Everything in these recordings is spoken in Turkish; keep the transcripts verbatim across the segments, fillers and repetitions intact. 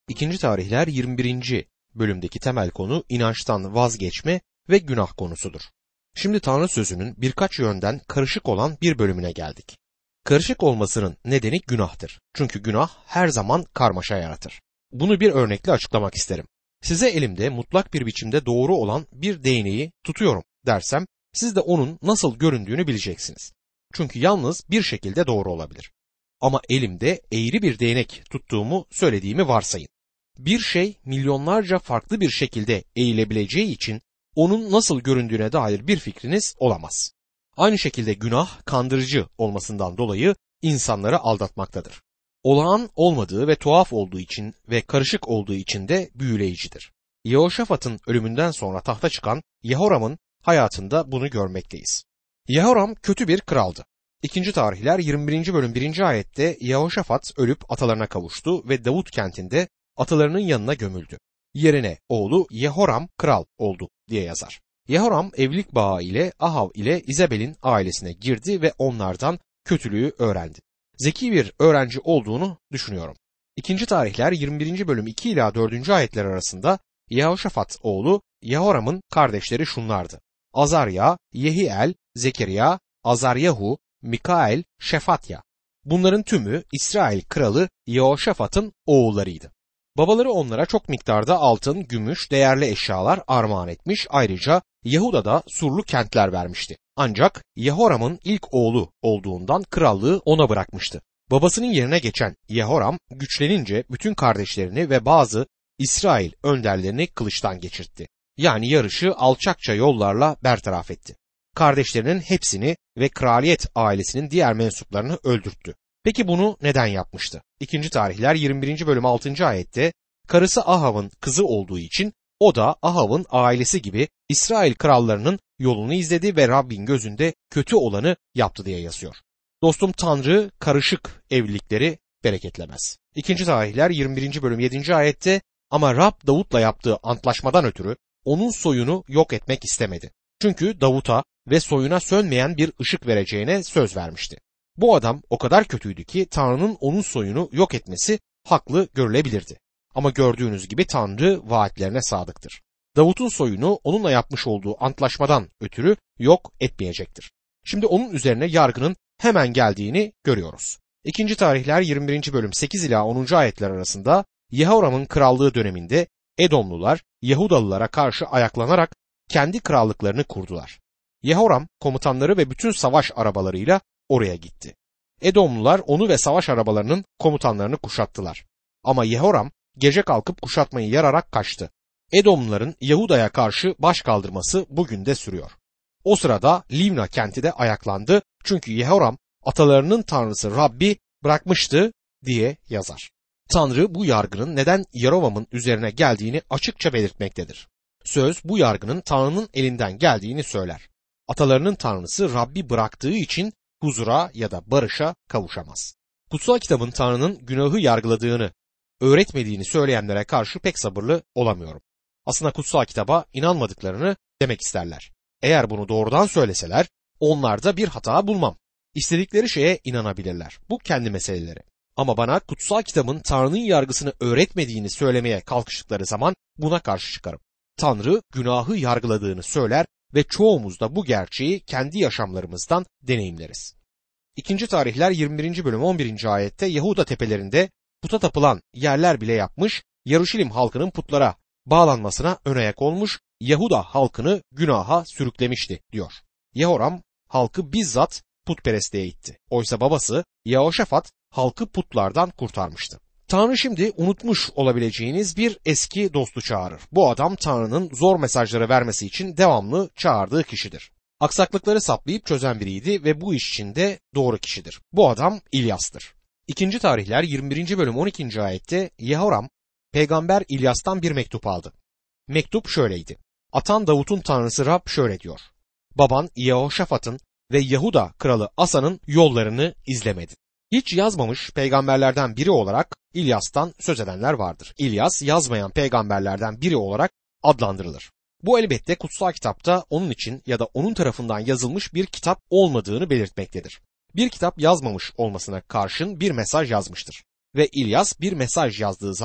İkinci Tarihler yirmi birinci bölümdeki temel konu inançtan vazgeçme ve günah konusudur. Şimdi Tanrı sözünün birkaç yönden karışık olan bir bölümüne geldik. Karışık olmasının nedeni günahtır. Çünkü günah her zaman karmaşa yaratır. Bunu bir örnekle açıklamak isterim. Size elimde mutlak bir biçimde doğru olan bir değneği tutuyorum dersem, siz de onun nasıl göründüğünü bileceksiniz. Çünkü yalnız bir şekilde doğru olabilir. Ama elimde eğri bir değnek tuttuğumu söylediğimi varsayın. Bir şey milyonlarca farklı bir şekilde eğilebileceği için onun nasıl göründüğüne dair bir fikriniz olamaz. Aynı şekilde günah kandırıcı olmasından dolayı insanları aldatmaktadır. Olağan olmadığı ve tuhaf olduğu için ve karışık olduğu için de büyüleyicidir. Yehoşafat'ın ölümünden sonra tahta çıkan Yehoram'ın hayatında bunu görmekteyiz. Yehoram kötü bir kraldı. İkinci Tarihler yirmi birinci bölüm birinci ayette Yehoşafat ölüp atalarına kavuştu ve Davut kentinde atalarının yanına gömüldü. Yerine oğlu Yehoram kral oldu diye yazar. Yehoram evlilik bağı ile Ahav ile İzabel'in ailesine girdi ve onlardan kötülüğü öğrendi. Zeki bir öğrenci olduğunu düşünüyorum. İkinci Tarihler yirmi birinci bölüm iki ila dördüncü ayetler arasında Yehoşafat oğlu Yehoram'ın kardeşleri şunlardı: Azarya, Yehiel, Zekeriya, Azaryahu, Mikael, Şefatya. Bunların tümü İsrail kralı Yehoşafat'ın oğullarıydı. Babaları onlara çok miktarda altın, gümüş, değerli eşyalar armağan etmiş, ayrıca Yahuda'da surlu kentler vermişti. Ancak Yehoram'ın ilk oğlu olduğundan krallığı ona bırakmıştı. Babasının yerine geçen Yehoram güçlenince bütün kardeşlerini ve bazı İsrail önderlerini kılıçtan geçirtti. Yani yarışı alçakça yollarla bertaraf etti. Kardeşlerinin hepsini ve kraliyet ailesinin diğer mensuplarını öldürttü. Peki bunu neden yapmıştı? İkinci Tarihler yirmi birinci bölüm altıncı ayette karısı Ahav'ın kızı olduğu için o da Ahav'ın ailesi gibi İsrail krallarının yolunu izledi ve Rabbin gözünde kötü olanı yaptı diye yazıyor. Dostum, Tanrı karışık evlilikleri bereketlemez. İkinci Tarihler yirmi birinci bölüm yedinci ayette ama Rab Davut'la yaptığı antlaşmadan ötürü onun soyunu yok etmek istemedi. Çünkü Davut'a ve soyuna sönmeyen bir ışık vereceğine söz vermişti. Bu adam o kadar kötüydü ki Tanrı'nın onun soyunu yok etmesi haklı görülebilirdi. Ama gördüğünüz gibi Tanrı vaatlerine sadıktır. Davut'un soyunu onunla yapmış olduğu antlaşmadan ötürü yok etmeyecektir. Şimdi onun üzerine yargının hemen geldiğini görüyoruz. İkinci Tarihler yirmi birinci bölüm sekiz ila onuncu ayetler arasında Yehoram'ın krallığı döneminde Edomlular Yahudalılara karşı ayaklanarak kendi krallıklarını kurdular. Yehoram komutanları ve bütün savaş arabalarıyla oraya gitti. Edomlular onu ve savaş arabalarının komutanlarını kuşattılar. Ama Yehoram gece kalkıp kuşatmayı yararak kaçtı. Edomluların Yahuda'ya karşı baş kaldırması bugün de sürüyor. O sırada Livna kenti de ayaklandı, çünkü Yehoram atalarının tanrısı Rabbi bırakmıştı diye yazar. Tanrı bu yargının neden Yerovam'ın üzerine geldiğini açıkça belirtmektedir. Söz bu yargının Tanrı'nın elinden geldiğini söyler. Atalarının tanrısı Rabbi bıraktığı için huzura ya da barışa kavuşamaz. Kutsal kitabın Tanrı'nın günahı yargıladığını öğretmediğini söyleyenlere karşı pek sabırlı olamıyorum. Aslında kutsal kitaba inanmadıklarını demek isterler. Eğer bunu doğrudan söyleseler onlarda bir hata bulmam. İstedikleri şeye inanabilirler. Bu kendi meseleleri. Ama bana kutsal kitabın Tanrı'nın yargısını öğretmediğini söylemeye kalkıştıkları zaman buna karşı çıkarım. Tanrı günahı yargıladığını söyler ve çoğumuz da bu gerçeği kendi yaşamlarımızdan deneyimleriz. İkinci Tarihler yirmi birinci bölüm on birinci ayette Yahuda tepelerinde puta tapılan yerler bile yapmış, Yaruşilim halkının putlara bağlanmasına önayak olmuş, Yahuda halkını günaha sürüklemişti diyor. Yehoram halkı bizzat putperestliğe itti. Oysa babası Yehoşafat halkı putlardan kurtarmıştı. Tanrı şimdi unutmuş olabileceğiniz bir eski dostu çağırır. Bu adam Tanrı'nın zor mesajları vermesi için devamlı çağırdığı kişidir. Aksaklıkları saplayıp çözen biriydi ve bu iş için de doğru kişidir. Bu adam İlyas'tır. İkinci Tarihler yirmi birinci bölüm on ikinci ayette Yehoram peygamber İlyas'tan bir mektup aldı. Mektup şöyleydi: Atan Davut'un tanrısı Rab şöyle diyor: Baban Yehoşafat'ın ve Yahuda kralı Asa'nın yollarını izlemedi. Hiç yazmamış peygamberlerden biri olarak İlyas'tan söz edenler vardır. İlyas yazmayan peygamberlerden biri olarak adlandırılır. Bu elbette kutsal kitapta onun için ya da onun tarafından yazılmış bir kitap olmadığını belirtmektedir. Bir kitap yazmamış olmasına karşın bir mesaj yazmıştır. Ve İlyas bir mesaj yazdığı zaman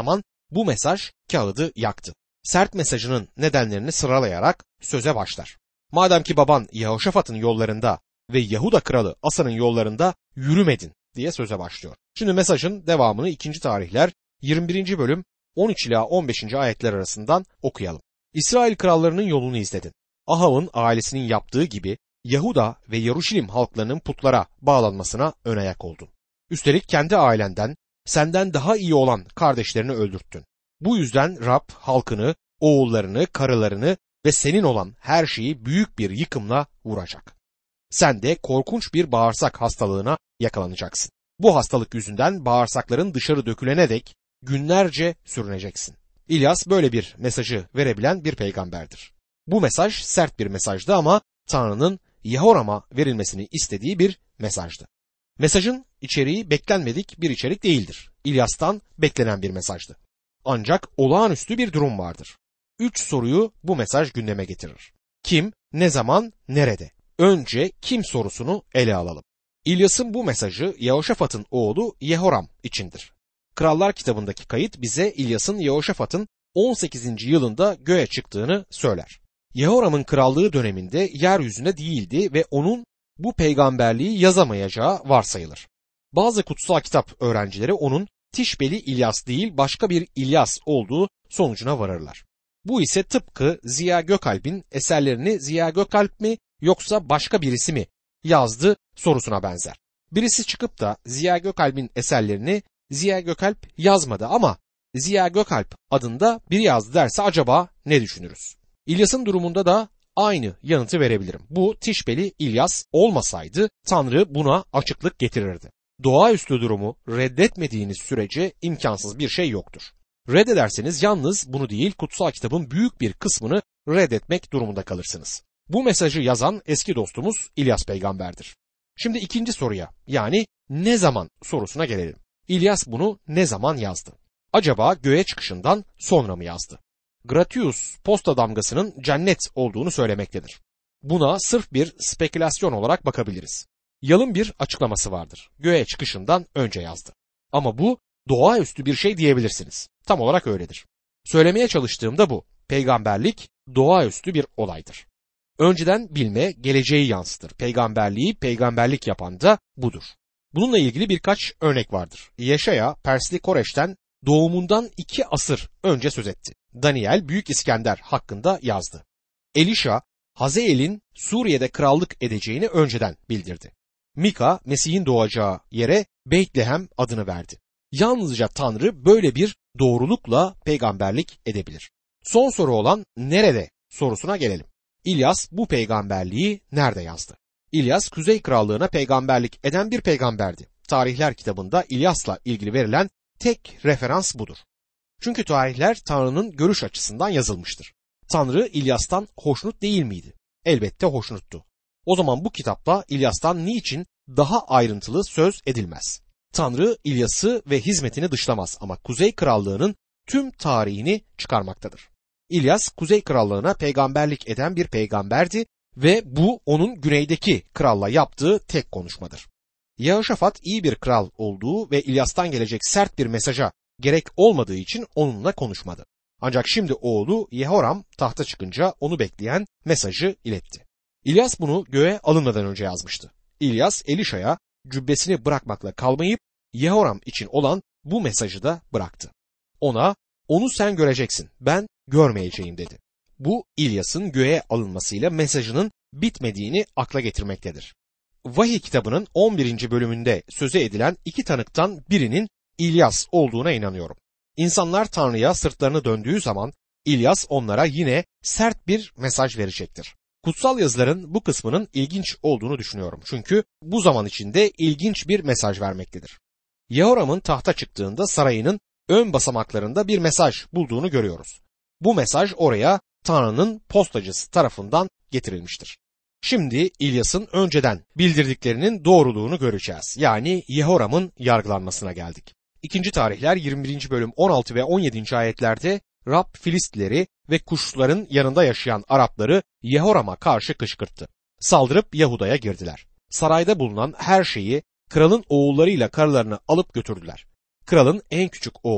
Bu mesaj kağıdı yaktı. Sert mesajının nedenlerini sıralayarak söze başlar. Madem ki baban Yehoşafat'ın yollarında ve Yahuda kralı Asa'nın yollarında yürümedin diye söze başlıyor. Şimdi mesajın devamını ikinci Tarihler yirmi birinci bölüm on üç ila on beşinci ayetler arasından okuyalım. İsrail krallarının yolunu izledin. Ahav'ın ailesinin yaptığı gibi Yahuda ve Yeruşalim halklarının putlara bağlanmasına ön ayak oldun. Üstelik kendi ailenden, senden daha iyi olan kardeşlerini öldürttün. Bu yüzden Rab halkını, oğullarını, karılarını ve senin olan her şeyi büyük bir yıkımla vuracak. Sen de korkunç bir bağırsak hastalığına yakalanacaksın. Bu hastalık yüzünden bağırsakların dışarı dökülene dek günlerce sürüneceksin. İlyas böyle bir mesajı verebilen bir peygamberdir. Bu mesaj sert bir mesajdı ama Tanrı'nın Yehoram'a verilmesini istediği bir mesajdı. Mesajın içeriği beklenmedik bir içerik değildir. İlyas'tan beklenen bir mesajdı. Ancak olağanüstü bir durum vardır. Üç soruyu bu mesaj gündeme getirir. Kim, ne zaman, nerede? Önce kim sorusunu ele alalım. İlyas'ın bu mesajı Yehoşafat'ın oğlu Yehoram içindir. Krallar kitabındaki kayıt bize İlyas'ın Yehoşafat'ın on sekizinci yılında göğe çıktığını söyler. Yehoram'ın krallığı döneminde yeryüzünde değildi ve onun bu peygamberliği yazamayacağı varsayılır. Bazı kutsal kitap öğrencileri onun Tişbeli İlyas değil başka bir İlyas olduğu sonucuna varırlar. Bu ise tıpkı Ziya Gökalp'in eserlerini Ziya Gökalp mi yoksa başka birisi mi yazdı sorusuna benzer. Birisi çıkıp da Ziya Gökalp'in eserlerini Ziya Gökalp yazmadı ama Ziya Gökalp adında biri yazdı derse acaba ne düşünürüz? İlyas'ın durumunda da aynı yanıtı verebilirim. Bu Tişbeli İlyas olmasaydı Tanrı buna açıklık getirirdi. Doğaüstü durumu reddetmediğiniz sürece imkansız bir şey yoktur. Reddederseniz yalnız bunu değil kutsal kitabın büyük bir kısmını reddetmek durumunda kalırsınız. Bu mesajı yazan eski dostumuz İlyas peygamberdir. Şimdi ikinci soruya yani ne zaman sorusuna gelelim. İlyas bunu ne zaman yazdı? Acaba göğe çıkışından sonra mı yazdı? Gratius posta damgasının cennet olduğunu söylemektedir. Buna sırf bir spekülasyon olarak bakabiliriz. Yalın bir açıklaması vardır. Göğe çıkışından önce yazdı. Ama bu doğaüstü bir şey diyebilirsiniz. Tam olarak öyledir. Söylemeye çalıştığım da bu. Peygamberlik doğaüstü bir olaydır. Önceden bilme geleceği yansıtır. Peygamberliği peygamberlik yapan da budur. Bununla ilgili birkaç örnek vardır. Yeşaya Persli Koreş'ten doğumundan iki asır önce söz etti. Daniel Büyük İskender hakkında yazdı. Elişa Hazael'in Suriye'de krallık edeceğini önceden bildirdi. Mika Mesih'in doğacağı yere Beytlehem adını verdi. Yalnızca Tanrı böyle bir doğrulukla peygamberlik edebilir. Son soru olan nerede sorusuna gelelim. İlyas bu peygamberliği nerede yazdı? İlyas Kuzey Krallığı'na peygamberlik eden bir peygamberdi. Tarihler kitabında İlyas'la ilgili verilen tek referans budur. Çünkü tarihler Tanrı'nın görüş açısından yazılmıştır. Tanrı İlyas'tan hoşnut değil miydi? Elbette hoşnuttu. O zaman bu kitapta İlyas'tan niçin daha ayrıntılı söz edilmez? Tanrı İlyas'ı ve hizmetini dışlamaz ama Kuzey Krallığı'nın tüm tarihini çıkarmaktadır. İlyas Kuzey Krallığı'na peygamberlik eden bir peygamberdi ve bu onun güneydeki kralla yaptığı tek konuşmadır. Yehoşafat iyi bir kral olduğu ve İlyas'tan gelecek sert bir mesaja gerek olmadığı için onunla konuşmadı. Ancak şimdi oğlu Yehoram tahta çıkınca onu bekleyen mesajı iletti. İlyas bunu göğe alınmadan önce yazmıştı. İlyas Elişa'ya cübbesini bırakmakla kalmayıp Yehoram için olan bu mesajı da bıraktı. Ona onu sen göreceksin ben görmeyeceğim dedi. Bu İlyas'ın göğe alınmasıyla mesajının bitmediğini akla getirmektedir. Vahiy kitabının on birinci bölümünde söze edilen iki tanıktan birinin İlyas olduğuna inanıyorum. İnsanlar Tanrı'ya sırtlarını döndüğü zaman İlyas onlara yine sert bir mesaj verecektir. Kutsal yazıların bu kısmının ilginç olduğunu düşünüyorum. Çünkü bu zaman içinde ilginç bir mesaj vermektedir. Yehoram'ın tahta çıktığında sarayının ön basamaklarında bir mesaj bulduğunu görüyoruz. Bu mesaj oraya Tanrı'nın postacısı tarafından getirilmiştir. Şimdi İlyas'ın önceden bildirdiklerinin doğruluğunu göreceğiz. Yani Yehoram'ın yargılanmasına geldik. İkinci Tarihler yirmi birinci bölüm on altı ve on yedinci ayetlerde Rab Filistlileri ve kuşların yanında yaşayan Arapları Yehoram'a karşı kışkırttı. Saldırıp Yahuda'ya girdiler. Sarayda bulunan her şeyi kralın oğullarıyla karılarını alıp götürdüler. Kralın en küçük oğlu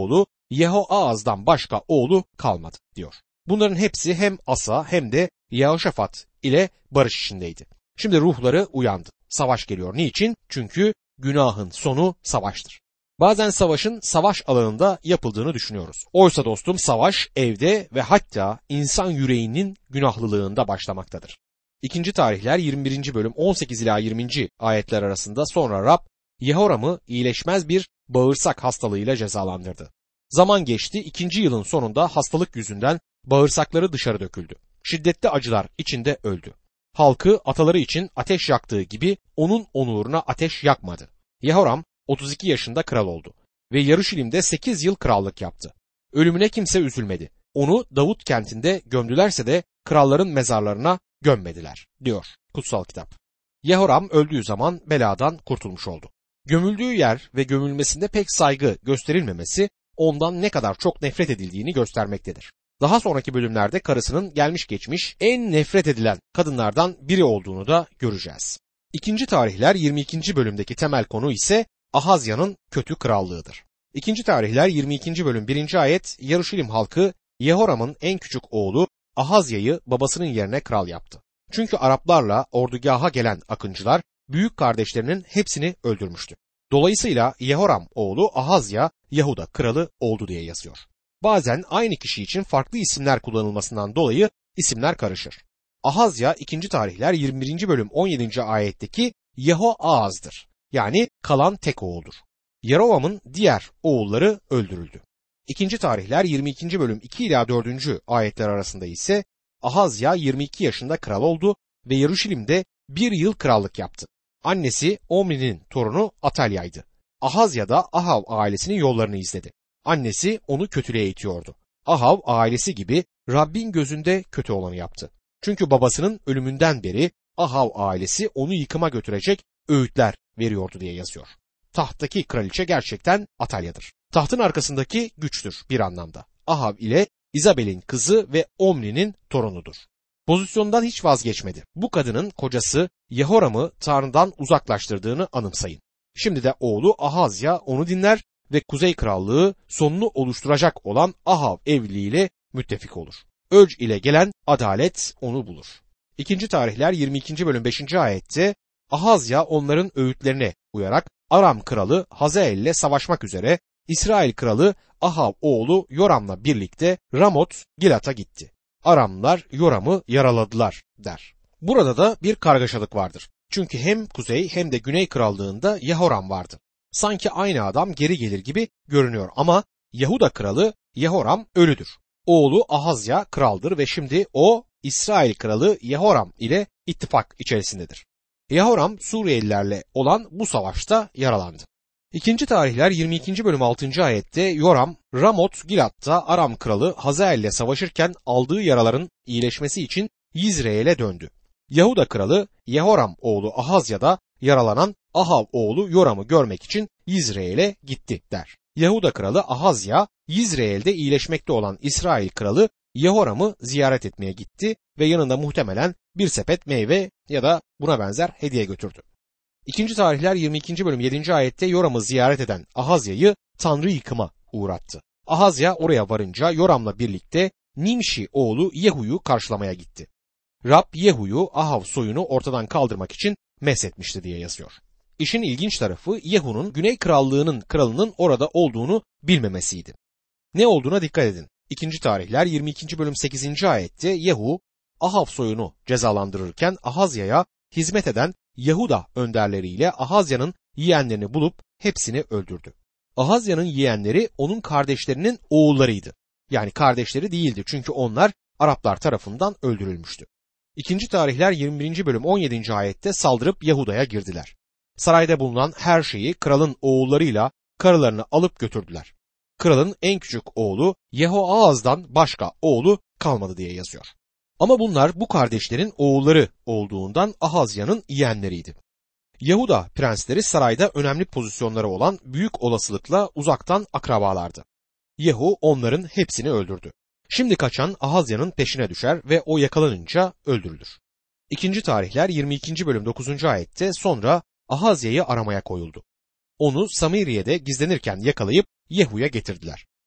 Yehoahaz'dan başka oğlu kalmadı diyor. Bunların hepsi hem Asa hem de Yehoşafat ile barış içindeydi. Şimdi ruhları uyandı. Savaş geliyor. Niçin? Çünkü günahın sonu savaştır. Bazen savaşın savaş alanında yapıldığını düşünüyoruz. Oysa dostum savaş evde ve hatta insan yüreğinin günahlılığında başlamaktadır. İkinci Tarihler yirmi birinci bölüm on sekiz ila yirminci ayetler arasında sonra Rab Yehoram'ı iyileşmez bir bağırsak hastalığıyla cezalandırdı. Zaman geçti, ikinci yılın sonunda hastalık yüzünden bağırsakları dışarı döküldü. Şiddetli acılar içinde öldü. Halkı ataları için ateş yaktığı gibi onun onuruna ateş yakmadı. Yehoram otuz iki yaşında kral oldu ve Yaruşilim'de sekiz yıl krallık yaptı. Ölümüne kimse üzülmedi. Onu Davut kentinde gömdülerse de kralların mezarlarına gömmediler, diyor kutsal kitap. Yehoram öldüğü zaman beladan kurtulmuş oldu. Gömüldüğü yer ve gömülmesinde pek saygı gösterilmemesi ondan ne kadar çok nefret edildiğini göstermektedir. Daha sonraki bölümlerde karısının gelmiş geçmiş en nefret edilen kadınlardan biri olduğunu da göreceğiz. İkinci Tarihler yirmi ikinci bölümdeki temel konu ise Ahazya'nın kötü krallığıdır. İkinci Tarihler yirmi ikinci bölüm birinci ayet Yaruşilim halkı Yehoram'ın en küçük oğlu Ahazya'yı babasının yerine kral yaptı. Çünkü Araplarla ordugaha gelen akıncılar büyük kardeşlerinin hepsini öldürmüştü. Dolayısıyla Yehoram oğlu Ahazya Yahuda kralı oldu diye yazıyor. Bazen aynı kişi için farklı isimler kullanılmasından dolayı isimler karışır. Ahazya ikinci Tarihler yirmi birinci bölüm on yedinci ayetteki Yehoahaz'dır. Yani kalan tek oğuldur. Yeroam'ın diğer oğulları öldürüldü. ikinci Tarihler yirmi ikinci bölüm iki ila dördüncü ayetler arasında ise Ahazya yirmi iki yaşında kral oldu ve Yaruşilim'de bir yıl krallık yaptı. Annesi Omri'nin torunu Atalya'ydı. Ahazya da Ahav ailesinin yollarını izledi. Annesi onu kötülüğe itiyordu. Ahav ailesi gibi Rabbin gözünde kötü olanı yaptı. Çünkü babasının ölümünden beri Ahav ailesi onu yıkıma götürecek öğütler veriyordu diye yazıyor. Tahttaki kraliçe gerçekten Atalya'dır. Tahtın arkasındaki güçtür bir anlamda. Ahav ile İzabel'in kızı ve Omri'nin torunudur. Pozisyondan hiç vazgeçmedi. Bu kadının kocası Yehoram'ı Tanrı'dan uzaklaştırdığını anımsayın. Şimdi de oğlu Ahazya onu dinler ve Kuzey Krallığı sonunu oluşturacak olan Ahav evliliğiyle müttefik olur. Öc ile gelen adalet onu bulur. İkinci Tarihler yirmi ikinci bölüm beşinci ayette Ahazya onların öğütlerine uyarak Aram kralı Hazael ile savaşmak üzere İsrail kralı Ahav oğlu Yoram'la birlikte Ramot Gilat'a gitti. Aramlılar Yoram'ı yaraladılar der. Burada da bir kargaşalık vardır. Çünkü hem kuzey hem de güney krallığında Yehoram vardı. Sanki aynı adam geri gelir gibi görünüyor ama Yahuda kralı Yehoram ölüdür. Oğlu Ahazya kraldır ve şimdi o İsrail kralı Yehoram ile ittifak içerisindedir. Yehoram Suriyelilerle olan bu savaşta yaralandı. İkinci Tarihler yirmi ikinci bölüm altıncı ayette Yoram Ramot Gilat'ta Aram kralı Hazael ile savaşırken aldığı yaraların iyileşmesi için Yizreel'e döndü. Yahuda kralı Yehoram oğlu Ahazya da yaralanan Ahav oğlu Yoram'ı görmek için Yizreel'e gitti der. Yahuda kralı Ahazya Yizreel'de iyileşmekte olan İsrail kralı Yehoram'ı ziyaret etmeye gitti ve yanında muhtemelen bir sepet meyve ya da buna benzer hediye götürdü. İkinci Tarihler yirmi ikinci bölüm yedinci ayette Yoram'ı ziyaret eden Ahazya'yı Tanrı yıkıma uğrattı. Ahazya oraya varınca Yoram'la birlikte Nimşi oğlu Yehu'yu karşılamaya gitti. Rab Yehu'yu Ahav soyunu ortadan kaldırmak için meshetmişti diye yazıyor. İşin ilginç tarafı Yehu'nun Güney Krallığı'nın kralının orada olduğunu bilmemesiydi. Ne olduğuna dikkat edin. İkinci Tarihler yirmi ikinci bölüm sekizinci ayette Yehu Ahav soyunu cezalandırırken Ahazya'ya hizmet eden Yahuda önderleriyle Ahazya'nın yeğenlerini bulup hepsini öldürdü. Ahazya'nın yeğenleri onun kardeşlerinin oğullarıydı. Yani kardeşleri değildi çünkü onlar Araplar tarafından öldürülmüştü. İkinci Tarihler yirmi birinci bölüm on yedinci ayette saldırıp Yahuda'ya girdiler. Sarayda bulunan her şeyi kralın oğullarıyla karılarını alıp götürdüler. Kralın en küçük oğlu Yehoahaz'dan başka oğlu kalmadı diye yazıyor. Ama bunlar bu kardeşlerin oğulları olduğundan Ahazya'nın yeğenleriydi. Yahuda prensleri sarayda önemli pozisyonları olan büyük olasılıkla uzaktan akrabalardı. Yehu onların hepsini öldürdü. Şimdi kaçan Ahazya'nın peşine düşer ve o yakalanınca öldürülür. İkinci Tarihler yirmi ikinci bölüm dokuzuncu ayette sonra Ahazya'yı aramaya koyuldu. Onu Samiriye'de gizlenirken yakalayıp Yehu'ya getirdiler.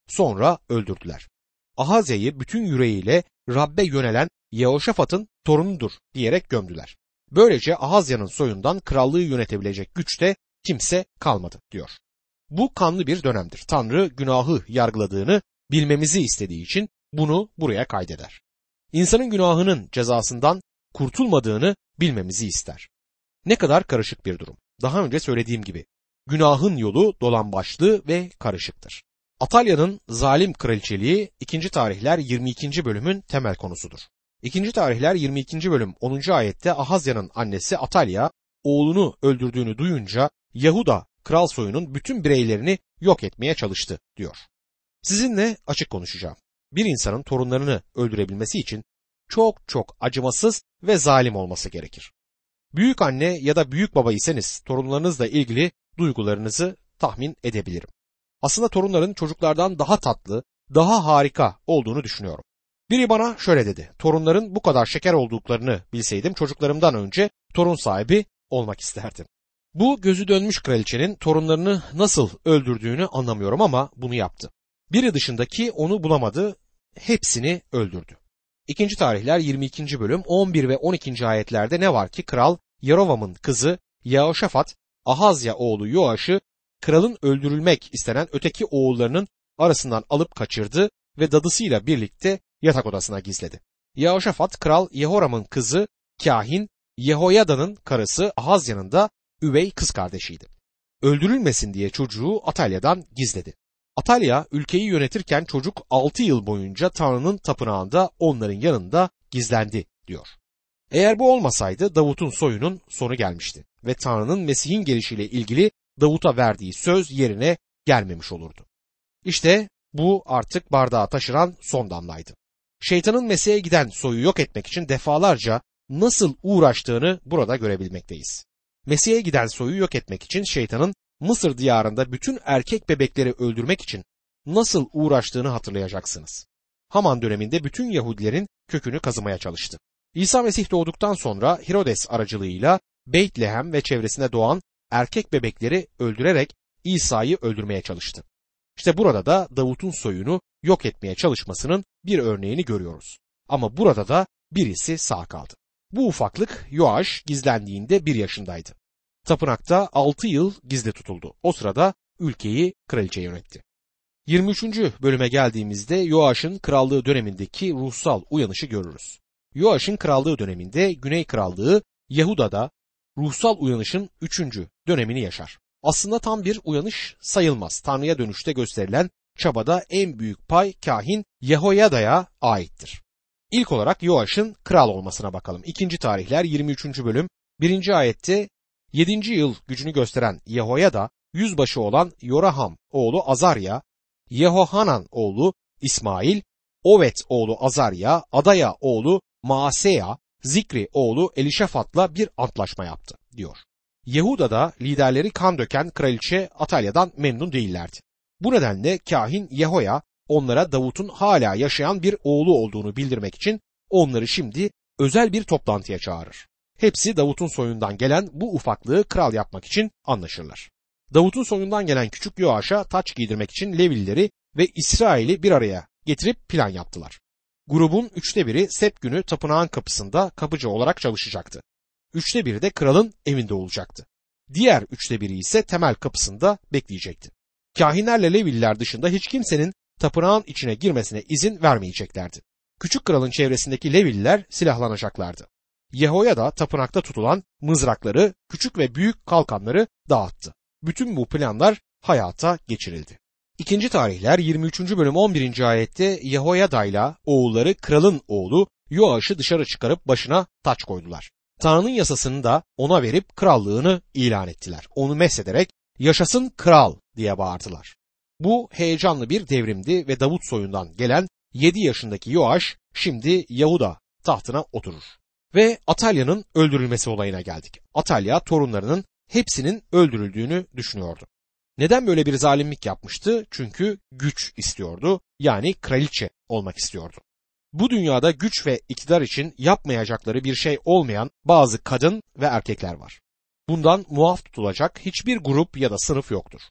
sonra öldürdüler. Ahazya'yı bütün yüreğiyle Rabbe yönelen Yehoşafat'ın torunudur diyerek gömdüler. Böylece Ahazya'nın soyundan krallığı yönetebilecek güçte kimse kalmadı diyor. Bu kanlı bir dönemdir. Tanrı günahı yargıladığını bilmemizi istediği için bunu buraya kaydeder. İnsanın günahının cezasından kurtulmadığını bilmemizi ister. Ne kadar karışık bir durum. Daha önce söylediğim gibi günahın yolu dolambaçlı ve karışıktır. Atalya'nın zalim kraliçeliği ikinci. Tarihler yirmi ikinci bölümün temel konusudur. ikinci. Tarihler yirmi ikinci bölüm onuncu ayette Ahazya'nın annesi Atalya oğlunu öldürdüğünü duyunca Yahuda kral soyunun bütün bireylerini yok etmeye çalıştı diyor. Sizinle açık konuşacağım. Bir insanın torunlarını öldürebilmesi için çok çok acımasız ve zalim olması gerekir. Büyük anne ya da büyük baba iseniz torunlarınızla ilgili duygularınızı tahmin edebilirim. Aslında torunların çocuklardan daha tatlı, daha harika olduğunu düşünüyorum. Biri bana şöyle dedi: torunların bu kadar şeker olduklarını bilseydim çocuklarımdan önce torun sahibi olmak isterdim. Bu gözü dönmüş kraliçenin torunlarını nasıl öldürdüğünü anlamıyorum ama bunu yaptı. Biri dışındaki onu bulamadı, hepsini öldürdü. ikinci. Tarihler yirmi ikinci bölüm on bir ve on ikinci ayetlerde ne var ki kral Yerovam'ın kızı Yehoşafat, Ahazya oğlu Yoaş'ı kralın öldürülmek istenen öteki oğullarının arasından alıp kaçırdı ve dadısıyla birlikte yatak odasına gizledi. Yehoşafat, kral Yehoram'ın kızı kahin Yehoyada'nın karısı Ahazya'nın da üvey kız kardeşiydi. Öldürülmesin diye çocuğu Atalya'dan gizledi. Atalya ülkeyi yönetirken çocuk altı yıl boyunca Tanrı'nın tapınağında onların yanında gizlendi diyor. Eğer bu olmasaydı Davut'un soyunun sonu gelmişti ve Tanrı'nın Mesih'in gelişiyle ilgili Davut'a verdiği söz yerine gelmemiş olurdu. İşte bu artık bardağa taşıran son damlaydı. Şeytanın Mesih'e giden soyu yok etmek için defalarca nasıl uğraştığını burada görebilmekteyiz. Mesih'e giden soyu yok etmek için şeytanın Mısır diyarında bütün erkek bebekleri öldürmek için nasıl uğraştığını hatırlayacaksınız. Haman döneminde bütün Yahudilerin kökünü kazımaya çalıştı. İsa Mesih doğduktan sonra Herodes aracılığıyla Beytlehem ve çevresinde doğan erkek bebekleri öldürerek İsa'yı öldürmeye çalıştı. İşte burada da Davut'un soyunu yok etmeye çalışmasının bir örneğini görüyoruz. Ama burada da birisi sağ kaldı. Bu ufaklık Yoaş gizlendiğinde bir yaşındaydı. Tapınakta altı yıl gizli tutuldu. O sırada ülkeyi kraliçe yönetti. yirmi üçüncü bölüme geldiğimizde Yoaş'ın krallığı dönemindeki ruhsal uyanışı görürüz. Yoaş'ın krallığı döneminde Güney Krallığı Yahuda'da ruhsal uyanışın üçüncü dönemini yaşar. Aslında tam bir uyanış sayılmaz. Tanrı'ya dönüşte gösterilen çabada en büyük pay kahin Yehoyada'ya aittir. İlk olarak Yoaş'ın kral olmasına bakalım. ikinci. Tarihler yirmi üçüncü bölüm birinci ayette yedinci yıl gücünü gösteren Yehoyada, yüzbaşı olan Yoraham oğlu Azarya, Yehohanan oğlu İsmail, Ovet oğlu Azarya, Adaya oğlu Maaseya, Zikri oğlu Elişafat'la bir antlaşma yaptı diyor. Yahuda'da liderleri kan döken kraliçe Atalya'dan memnun değillerdi. Bu nedenle kahin Yehoya onlara Davut'un hala yaşayan bir oğlu olduğunu bildirmek için onları şimdi özel bir toplantıya çağırır. Hepsi Davut'un soyundan gelen bu ufaklığı kral yapmak için anlaşırlar. Davut'un soyundan gelen küçük Yoaş'a taç giydirmek için Levilileri ve İsrail'i bir araya getirip plan yaptılar. Grubun üçte biri Sep günü tapınağın kapısında kapıcı olarak çalışacaktı. Üçte biri de kralın evinde olacaktı. Diğer üçte biri ise temel kapısında bekleyecekti. Kahinlerle Levililer dışında hiç kimsenin tapınağın içine girmesine izin vermeyeceklerdi. Küçük kralın çevresindeki Levililer silahlanacaklardı. Yehoyada tapınakta tutulan mızrakları, küçük ve büyük kalkanları dağıttı. Bütün bu planlar hayata geçirildi. ikinci. Tarihler yirmi üçüncü bölüm on birinci ayette Yehoyada'yla oğulları kralın oğlu Yoaş'ı dışarı çıkarıp başına taç koydular. Tanrı'nın yasasını da ona verip krallığını ilan ettiler. Onu meshederek yaşasın kral diye bağırdılar. Bu heyecanlı bir devrimdi ve Davut soyundan gelen yedi yaşındaki Yoaş şimdi Yahuda tahtına oturur. Ve Atalya'nın öldürülmesi olayına geldik. Atalya torunlarının hepsinin öldürüldüğünü düşünüyordu. Neden böyle bir zalimlik yapmıştı? Çünkü güç istiyordu, yani kraliçe olmak istiyordu. Bu dünyada güç ve iktidar için yapmayacakları bir şey olmayan bazı kadın ve erkekler var. Bundan muaf tutulacak hiçbir grup ya da sınıf yoktur.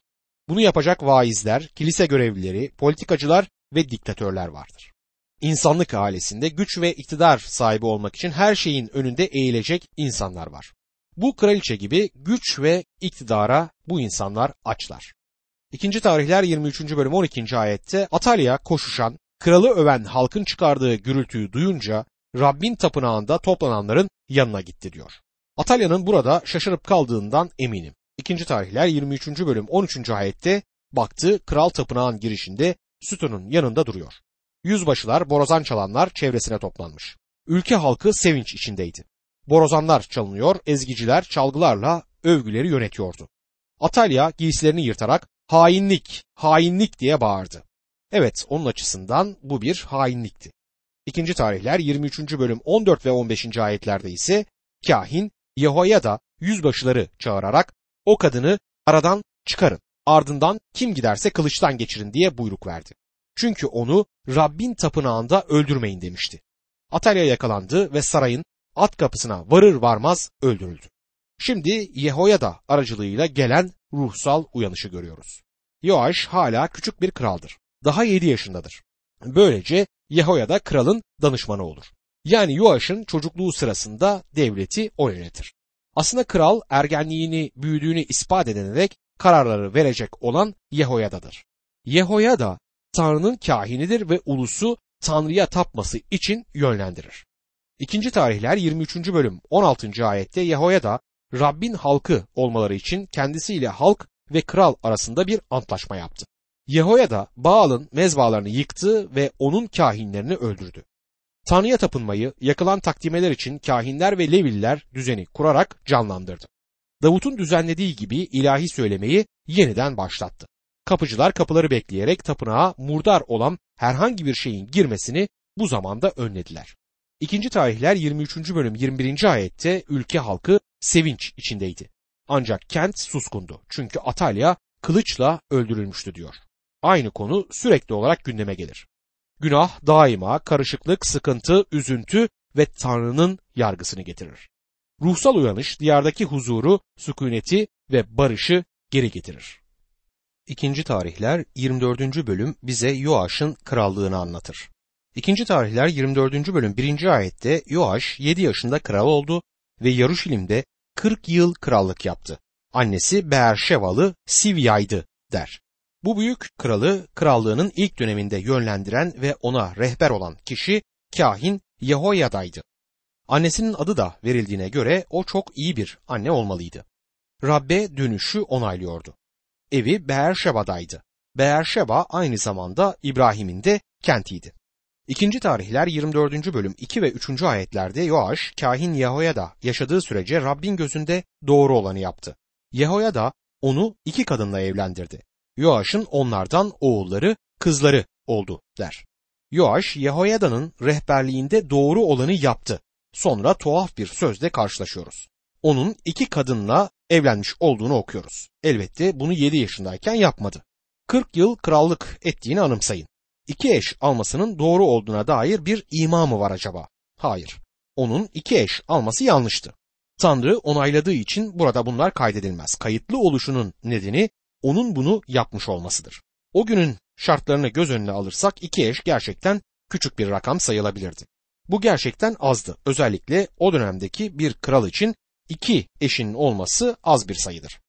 Bunu yapacak vaizler, kilise görevlileri, politikacılar ve diktatörler vardır. İnsanlık ailesinde güç ve iktidar sahibi olmak için her şeyin önünde eğilecek insanlar var. Bu kraliçe gibi güç ve iktidara bu insanlar açlar. İkinci Tarihler yirmi üçüncü bölüm on ikinci ayette Atalya koşuşan, kralı öven halkın çıkardığı gürültüyü duyunca Rabbin tapınağında toplananların yanına gitti diyor. Atalya'nın burada şaşırıp kaldığından eminim. İkinci Tarihler yirmi üçüncü bölüm on üçüncü ayette baktı, kral tapınağın girişinde sütunun yanında duruyor. Yüzbaşılar, borazan çalanlar çevresine toplanmış. Ülke halkı sevinç içindeydi. Borazanlar çalınıyor, ezgiciler çalgılarla övgüleri yönetiyordu. Atalya giysilerini yırtarak hainlik, hainlik diye bağırdı. Evet, onun açısından bu bir hainlikti. İkinci Tarihler yirmi üçüncü bölüm on dört ve on beşinci ayetlerde ise kahin Yehoyada yüzbaşıları çağırarak o kadını aradan çıkarın, ardından kim giderse kılıçtan geçirin diye buyruk verdi. Çünkü onu Rabbin tapınağında öldürmeyin demişti. Atalya yakalandı ve sarayın at kapısına varır varmaz öldürüldü. Şimdi Yehoyada aracılığıyla gelen ruhsal uyanışı görüyoruz. Yoaş hala küçük bir kraldır. Daha yedi yaşındadır. Böylece Yehoyada kralın danışmanı olur. Yani Yoaş'ın çocukluğu sırasında devleti o yönetir. Aslında kral ergenliğini, büyüdüğünü ispat ederek kararları verecek olan Yehoyada'dır. Yehoyada Tanrı'nın kahinidir ve ulusu Tanrı'ya tapması için yönlendirir. İkinci Tarihler yirmi üçüncü bölüm on altıncı ayette Yehoyada Rabbin halkı olmaları için kendisiyle halk ve kral arasında bir antlaşma yaptı. Yehoyada Baal'ın mezbalarını yıktı ve onun kahinlerini öldürdü. Tanrı'ya tapınmayı, yakılan takdimeler için kahinler ve Levililer düzeni kurarak canlandırdı. Davut'un düzenlediği gibi ilahi söylemeyi yeniden başlattı. Kapıcılar kapıları bekleyerek tapınağa murdar olan herhangi bir şeyin girmesini bu zamanda önlediler. İkinci Tarihler yirmi üçüncü bölüm yirmi birinci ayette ülke halkı sevinç içindeydi. Ancak kent suskundu. Çünkü Atalya kılıçla öldürülmüştü diyor. Aynı konu sürekli olarak gündeme gelir. Günah daima karışıklık, sıkıntı, üzüntü ve Tanrı'nın yargısını getirir. Ruhsal uyanış diyardaki huzuru, sükuneti ve barışı geri getirir. İkinci Tarihler yirmi dördüncü bölüm bize Yoaş'ın krallığını anlatır. İkinci Tarihler yirmi dördüncü bölüm birinci ayette Yoaş yedi yaşında kral oldu ve Yaruşilim'de kırk yıl krallık yaptı. Annesi Beerşevalı Sivya'ydı der. Bu büyük kralı krallığının ilk döneminde yönlendiren ve ona rehber olan kişi kahin Yehoyada'ydı. Annesinin adı da verildiğine göre o çok iyi bir anne olmalıydı. Rabbe dönüşü onaylıyordu. Evi Beerşeba'daydı. Beerşeba aynı zamanda İbrahim'in de kentiydi. İkinci Tarihler yirmi dördüncü bölüm iki ve üçüncü ayetlerde Yoaş, kahin Yehoyada yaşadığı sürece Rabbin gözünde doğru olanı yaptı. Yehoyada onu iki kadınla evlendirdi. Yoaş'ın onlardan oğulları, kızları oldu der. Yoaş, Yehoyada'nın rehberliğinde doğru olanı yaptı. Sonra tuhaf bir sözle karşılaşıyoruz. Onun iki kadınla evlenmiş olduğunu okuyoruz. Elbette bunu yedi yaşındayken yapmadı. kırk yıl krallık ettiğini anımsayın. İki eş almasının doğru olduğuna dair bir ima mı var acaba? Hayır. Onun iki eş alması yanlıştı. Tanrı onayladığı için burada bunlar kaydedilmez. Kayıtlı oluşunun nedeni onun bunu yapmış olmasıdır. O günün şartlarını göz önüne alırsak iki eş gerçekten küçük bir rakam sayılabilirdi. Bu gerçekten azdı. Özellikle o dönemdeki bir kral için iki eşinin olması az bir sayıdır.